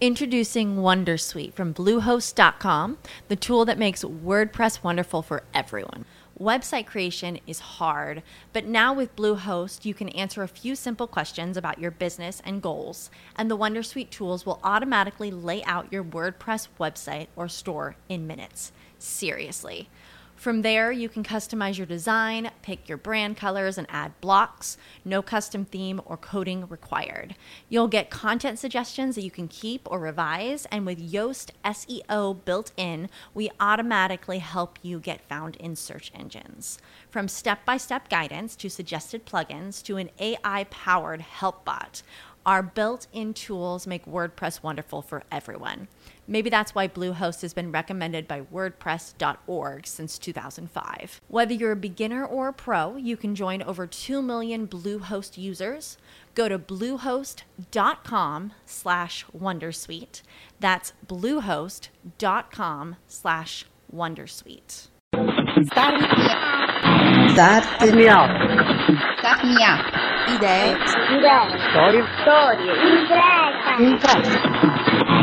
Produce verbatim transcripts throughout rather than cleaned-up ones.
Introducing Wondersuite from Bluehost dot com, the tool that makes WordPress wonderful for everyone. Website creation is hard, but now with Bluehost, you can answer a few simple questions about your business and goals, and the Wondersuite tools will automatically lay out your WordPress website or store in minutes. Seriously. From there, you can customize your design, pick your brand colors, and add blocks. No custom theme or coding required. You'll get content suggestions that you can keep or revise, and with Yoast S E O built in, we automatically help you get found in search engines. From step-by-step guidance to suggested plugins to an A I-powered help bot, our built-in tools make WordPress wonderful for everyone. Maybe that's why Bluehost has been recommended by WordPress dot org since two thousand five. Whether you're a beginner or a pro, you can join over two million Bluehost users. Go to bluehost dot com slash wondersuite. That's bluehost dot com slash wondersuite. Start me up. Start me up. Start me up. Idee. Idee. Storie. Storie. Impresa. Impresa.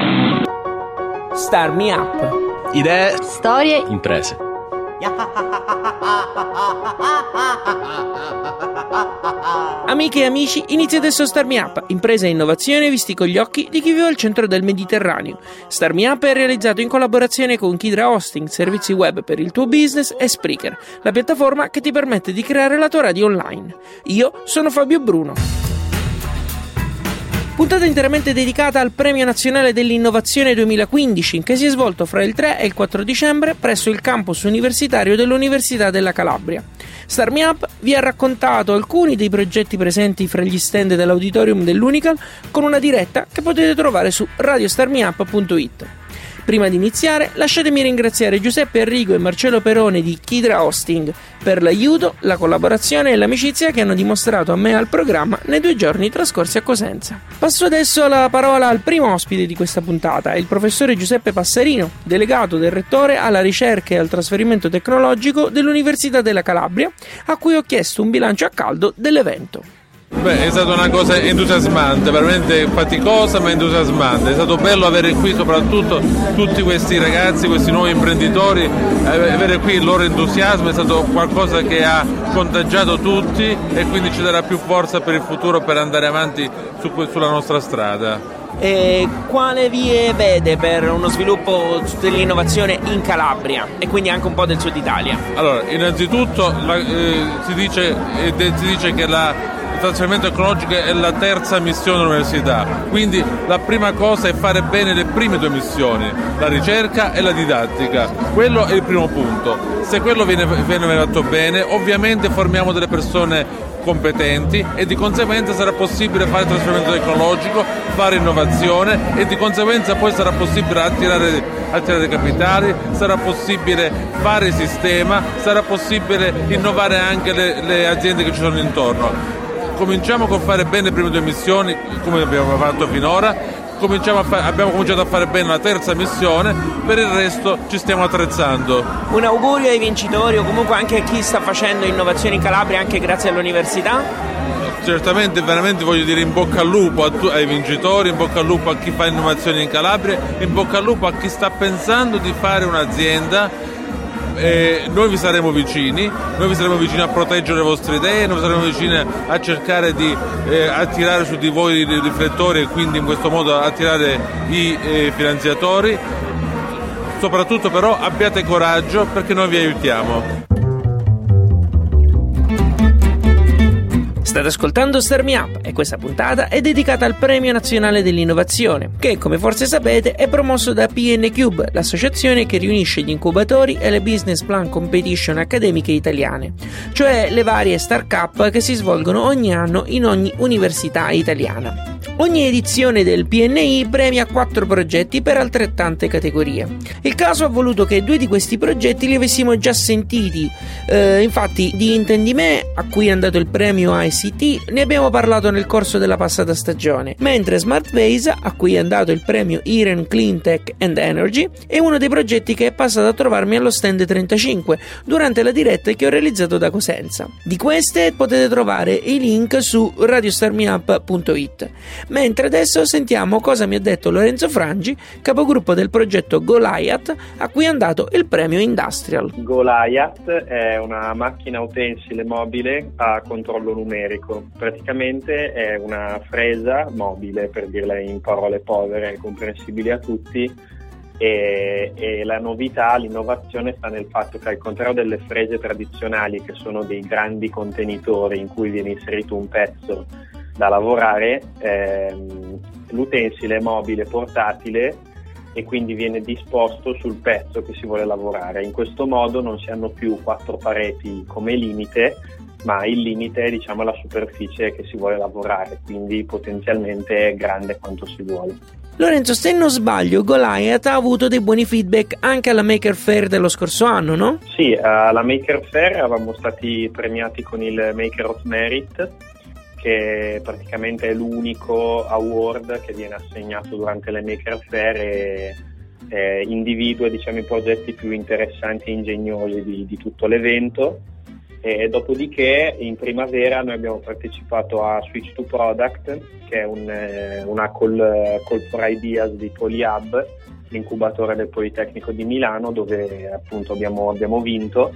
Start me up. Idee. Storie. Imprese. Amiche e amici, inizia adesso Start Me Up, impresa e innovazione visti con gli occhi di chi vive al centro del Mediterraneo. Start Me Up è realizzato in collaborazione con Kidra Hosting, servizi web per il tuo business, e Spreaker, la piattaforma che ti permette di creare la tua radio online. Io sono Fabio Bruno. Puntata interamente dedicata al Premio Nazionale dell'Innovazione duemilaquindici, che si è svolto fra il tre e il quattro dicembre presso il campus universitario dell'Università della Calabria. Start Me Up vi ha raccontato alcuni dei progetti presenti fra gli stand dell'auditorium dell'Unical con una diretta che potete trovare su radio start me up punto it. Prima di iniziare, lasciatemi ringraziare Giuseppe Arrigo e Marcello Perone di Kidra Hosting per l'aiuto, la collaborazione e l'amicizia che hanno dimostrato a me e al programma nei due giorni trascorsi a Cosenza. Passo adesso la parola al primo ospite di questa puntata, il professore Giuseppe Passarino, delegato del Rettore alla ricerca e al trasferimento tecnologico dell'Università della Calabria, a cui ho chiesto un bilancio a caldo dell'evento. Beh, è stata una cosa entusiasmante, veramente faticosa ma entusiasmante. È stato bello avere qui soprattutto tutti questi ragazzi, questi nuovi imprenditori, avere qui il loro entusiasmo è stato qualcosa che ha contagiato tutti e quindi ci darà più forza per il futuro per andare avanti su, sulla nostra strada. E quale vie vede per uno sviluppo dell'innovazione in Calabria e quindi anche un po' del sud Italia? Allora, innanzitutto la, eh, si, dice, eh, si dice che la Il trasferimento tecnologico è la terza missione dell'università, quindi la prima cosa è fare bene le prime due missioni, la ricerca e la didattica. Quello è il primo punto. Se quello viene, viene fatto bene, ovviamente formiamo delle persone competenti e di conseguenza sarà possibile fare trasferimento tecnologico, fare innovazione e di conseguenza poi sarà possibile attirare, attirare capitali, sarà possibile fare sistema, sarà possibile innovare anche le, le aziende che ci sono intorno. Cominciamo con fare bene le prime due missioni come abbiamo fatto finora, cominciamo a fa- abbiamo cominciato a fare bene la terza missione, per il resto ci stiamo attrezzando. Un augurio ai vincitori o comunque anche a chi sta facendo innovazioni in Calabria anche grazie all'università? Certamente, veramente voglio dire in bocca al lupo a tu- ai vincitori, in bocca al lupo a chi fa innovazioni in Calabria, in bocca al lupo a chi sta pensando di fare un'azienda. Eh, noi vi saremo vicini, noi vi saremo vicini a proteggere le vostre idee, noi vi saremo vicini a cercare di eh, attirare su di voi i riflettori e quindi in questo modo attirare i eh, finanziatori. Soprattutto però abbiate coraggio perché noi vi aiutiamo. State ascoltando Start Me Up e questa puntata è dedicata al Premio Nazionale dell'Innovazione, che come forse sapete è promosso da P N Cube, l'associazione che riunisce gli incubatori e le business plan competition accademiche italiane, cioè le varie start-up che si svolgono ogni anno in ogni università italiana. Ogni edizione del P N I premia quattro progetti per altrettante categorie. Il caso ha voluto che due di questi progetti li avessimo già sentiti, eh, infatti di Intendime, a cui è andato il premio I C T, ne abbiamo parlato nel corso della passata stagione, mentre Smart Vase, a cui è andato il premio Iren Clean Tech and Energy, è uno dei progetti che è passato a trovarmi allo stand trentacinque durante la diretta che ho realizzato da Cosenza. Di queste potete trovare i link su radio start me up punto it. Mentre adesso sentiamo cosa mi ha detto Lorenzo Frangi, capogruppo del progetto Goliath, a cui è andato il premio Industrial. Goliath è una macchina utensile mobile a controllo numerico. Praticamente è una fresa mobile, per dirla in parole povere e comprensibili a tutti, e, e la novità, l'innovazione sta nel fatto che, al contrario delle frese tradizionali, che sono dei grandi contenitori in cui viene inserito un pezzo da lavorare, ehm, l'utensile è mobile, portatile, e quindi viene disposto sul pezzo che si vuole lavorare. In questo modo non si hanno più quattro pareti come limite, ma il limite è, diciamo, la superficie che si vuole lavorare, quindi potenzialmente è grande quanto si vuole. Lorenzo, se non sbaglio, Goliath ha avuto dei buoni feedback anche alla Maker Faire dello scorso anno, no? Sì, alla Maker Faire eravamo stati premiati con il Maker of Merit, che praticamente è l'unico award che viene assegnato durante le Maker Faire e eh, individua, diciamo, i progetti più interessanti e ingegnosi di, di tutto l'evento. E dopodiché in primavera noi abbiamo partecipato a Switch to Product, che è un, eh, una call, call for ideas di PolyHub, l'incubatore del Politecnico di Milano, dove appunto abbiamo, abbiamo vinto,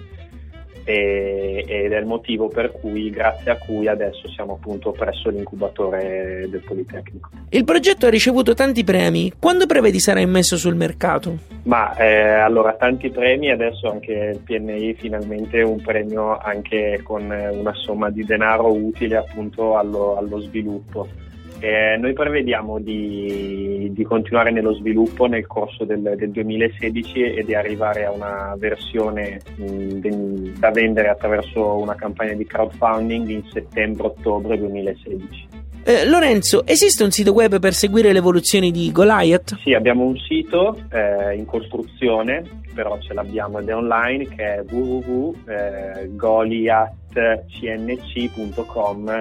e, ed è il motivo per cui, grazie a cui adesso siamo appunto presso l'incubatore del Politecnico. Il progetto ha ricevuto tanti premi. Quando prevedi sarà immesso sul mercato? Ma eh, allora, tanti premi, adesso anche il P N I finalmente un premio anche con una somma di denaro utile appunto allo, allo sviluppo. Eh, noi prevediamo di, di continuare nello sviluppo nel corso del, del duemilasedici e di arrivare a una versione mh, de, da vendere attraverso una campagna di crowdfunding in settembre-ottobre duemilasedici. Eh, Lorenzo, esiste un sito web per seguire le evoluzioni di Goliath? Sì, abbiamo un sito eh, in costruzione, però ce l'abbiamo ed è online, che è w w w punto goliath c n c punto com.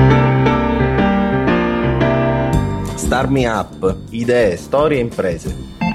Start Me Up, idee, storie e imprese.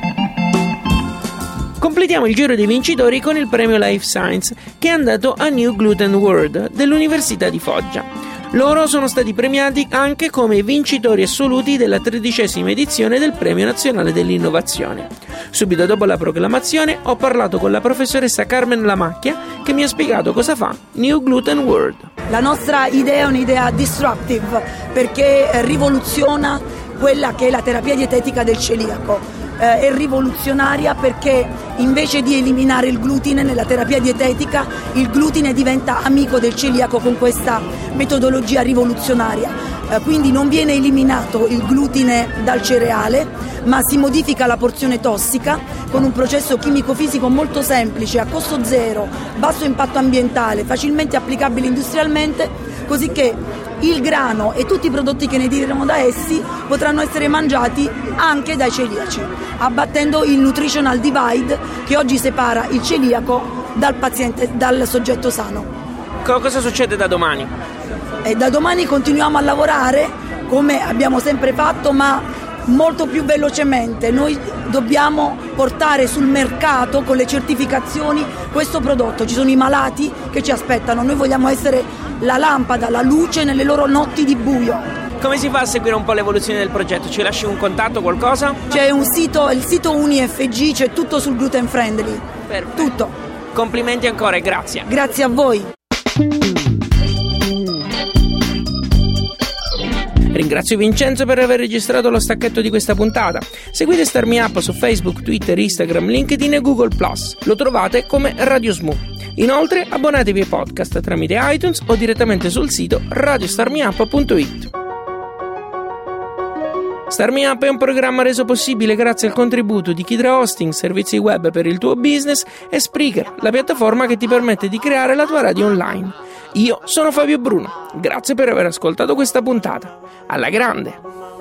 Completiamo il giro dei vincitori con il premio Life Science, che è andato a New Gluten World dell'Università di Foggia. Loro sono stati premiati anche come vincitori assoluti della tredicesima edizione del Premio Nazionale dell'Innovazione. Subito dopo la proclamazione ho parlato con la professoressa Carmen Lamacchia, che mi ha spiegato cosa fa New Gluten World. La nostra idea è un'idea disruptive, perché rivoluziona quella che è la terapia dietetica del celiaco. Eh, è rivoluzionaria perché invece di eliminare il glutine nella terapia dietetica, il glutine diventa amico del celiaco con questa metodologia rivoluzionaria. Eh, quindi non viene eliminato il glutine dal cereale, ma si modifica la porzione tossica con un processo chimico-fisico molto semplice, a costo zero, basso impatto ambientale, facilmente applicabile industrialmente, così che il grano e tutti i prodotti che ne derivano da essi potranno essere mangiati anche dai celiaci, abbattendo il nutritional divide che oggi separa il celiaco dal paziente, dal soggetto sano. Cosa succede da domani? E da domani continuiamo a lavorare come abbiamo sempre fatto, ma molto più velocemente. Noi dobbiamo portare sul mercato con le certificazioni questo prodotto. Ci sono i malati che ci aspettano, noi vogliamo essere la lampada, la luce nelle loro notti di buio. Come si fa a seguire un po' l'evoluzione del progetto? Ci lasci un contatto, qualcosa? C'è un sito, il sito UniFG, c'è tutto sul gluten friendly. Perfetto. Tutto. Complimenti ancora e grazie. Grazie a voi. Ringrazio Vincenzo per aver registrato lo stacchetto di questa puntata. Seguite Start Me Up su Facebook, Twitter, Instagram, LinkedIn e Google plus. Lo trovate come Radio Smo. Inoltre abbonatevi ai podcast tramite iTunes o direttamente sul sito radio star me up punto it. Start Me Up è un programma reso possibile grazie al contributo di Kidra Hosting, servizi web per il tuo business, e Spreaker, la piattaforma che ti permette di creare la tua radio online. Io sono Fabio Bruno, grazie per aver ascoltato questa puntata. Alla grande!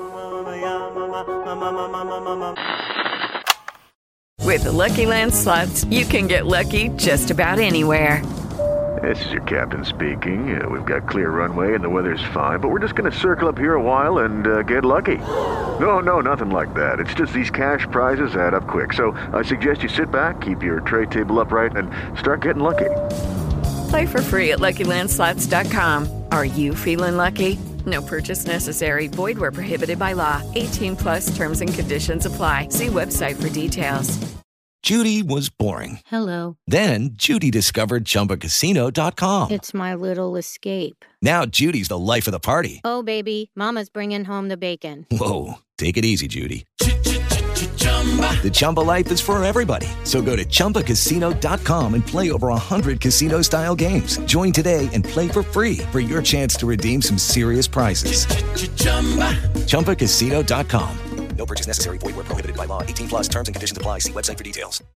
With the Lucky Land Slots, you can get lucky just about anywhere. This is your captain speaking. Uh, we've got clear runway and the weather's fine, but we're just going to circle up here a while and uh, get lucky. No, no, nothing like that. It's just these cash prizes add up quick. So I suggest you sit back, keep your tray table upright, and start getting lucky. Play for free at lucky land slots dot com. Are you feeling lucky? No purchase necessary. Void where prohibited by law. eighteen plus terms and conditions apply. See website for details. Judy was boring. Hello. Then Judy discovered Chumba Casino dot com. It's my little escape. Now Judy's the life of the party. Oh, baby, mama's bringing home the bacon. Whoa, take it easy, Judy. The Chumba life is for everybody. So go to Chumba Casino dot com and play over one hundred casino-style games. Join today and play for free for your chance to redeem some serious prizes. Chumba Casino dot com. No purchase necessary. Void where prohibited by law. eighteen plus terms and conditions apply. See website for details.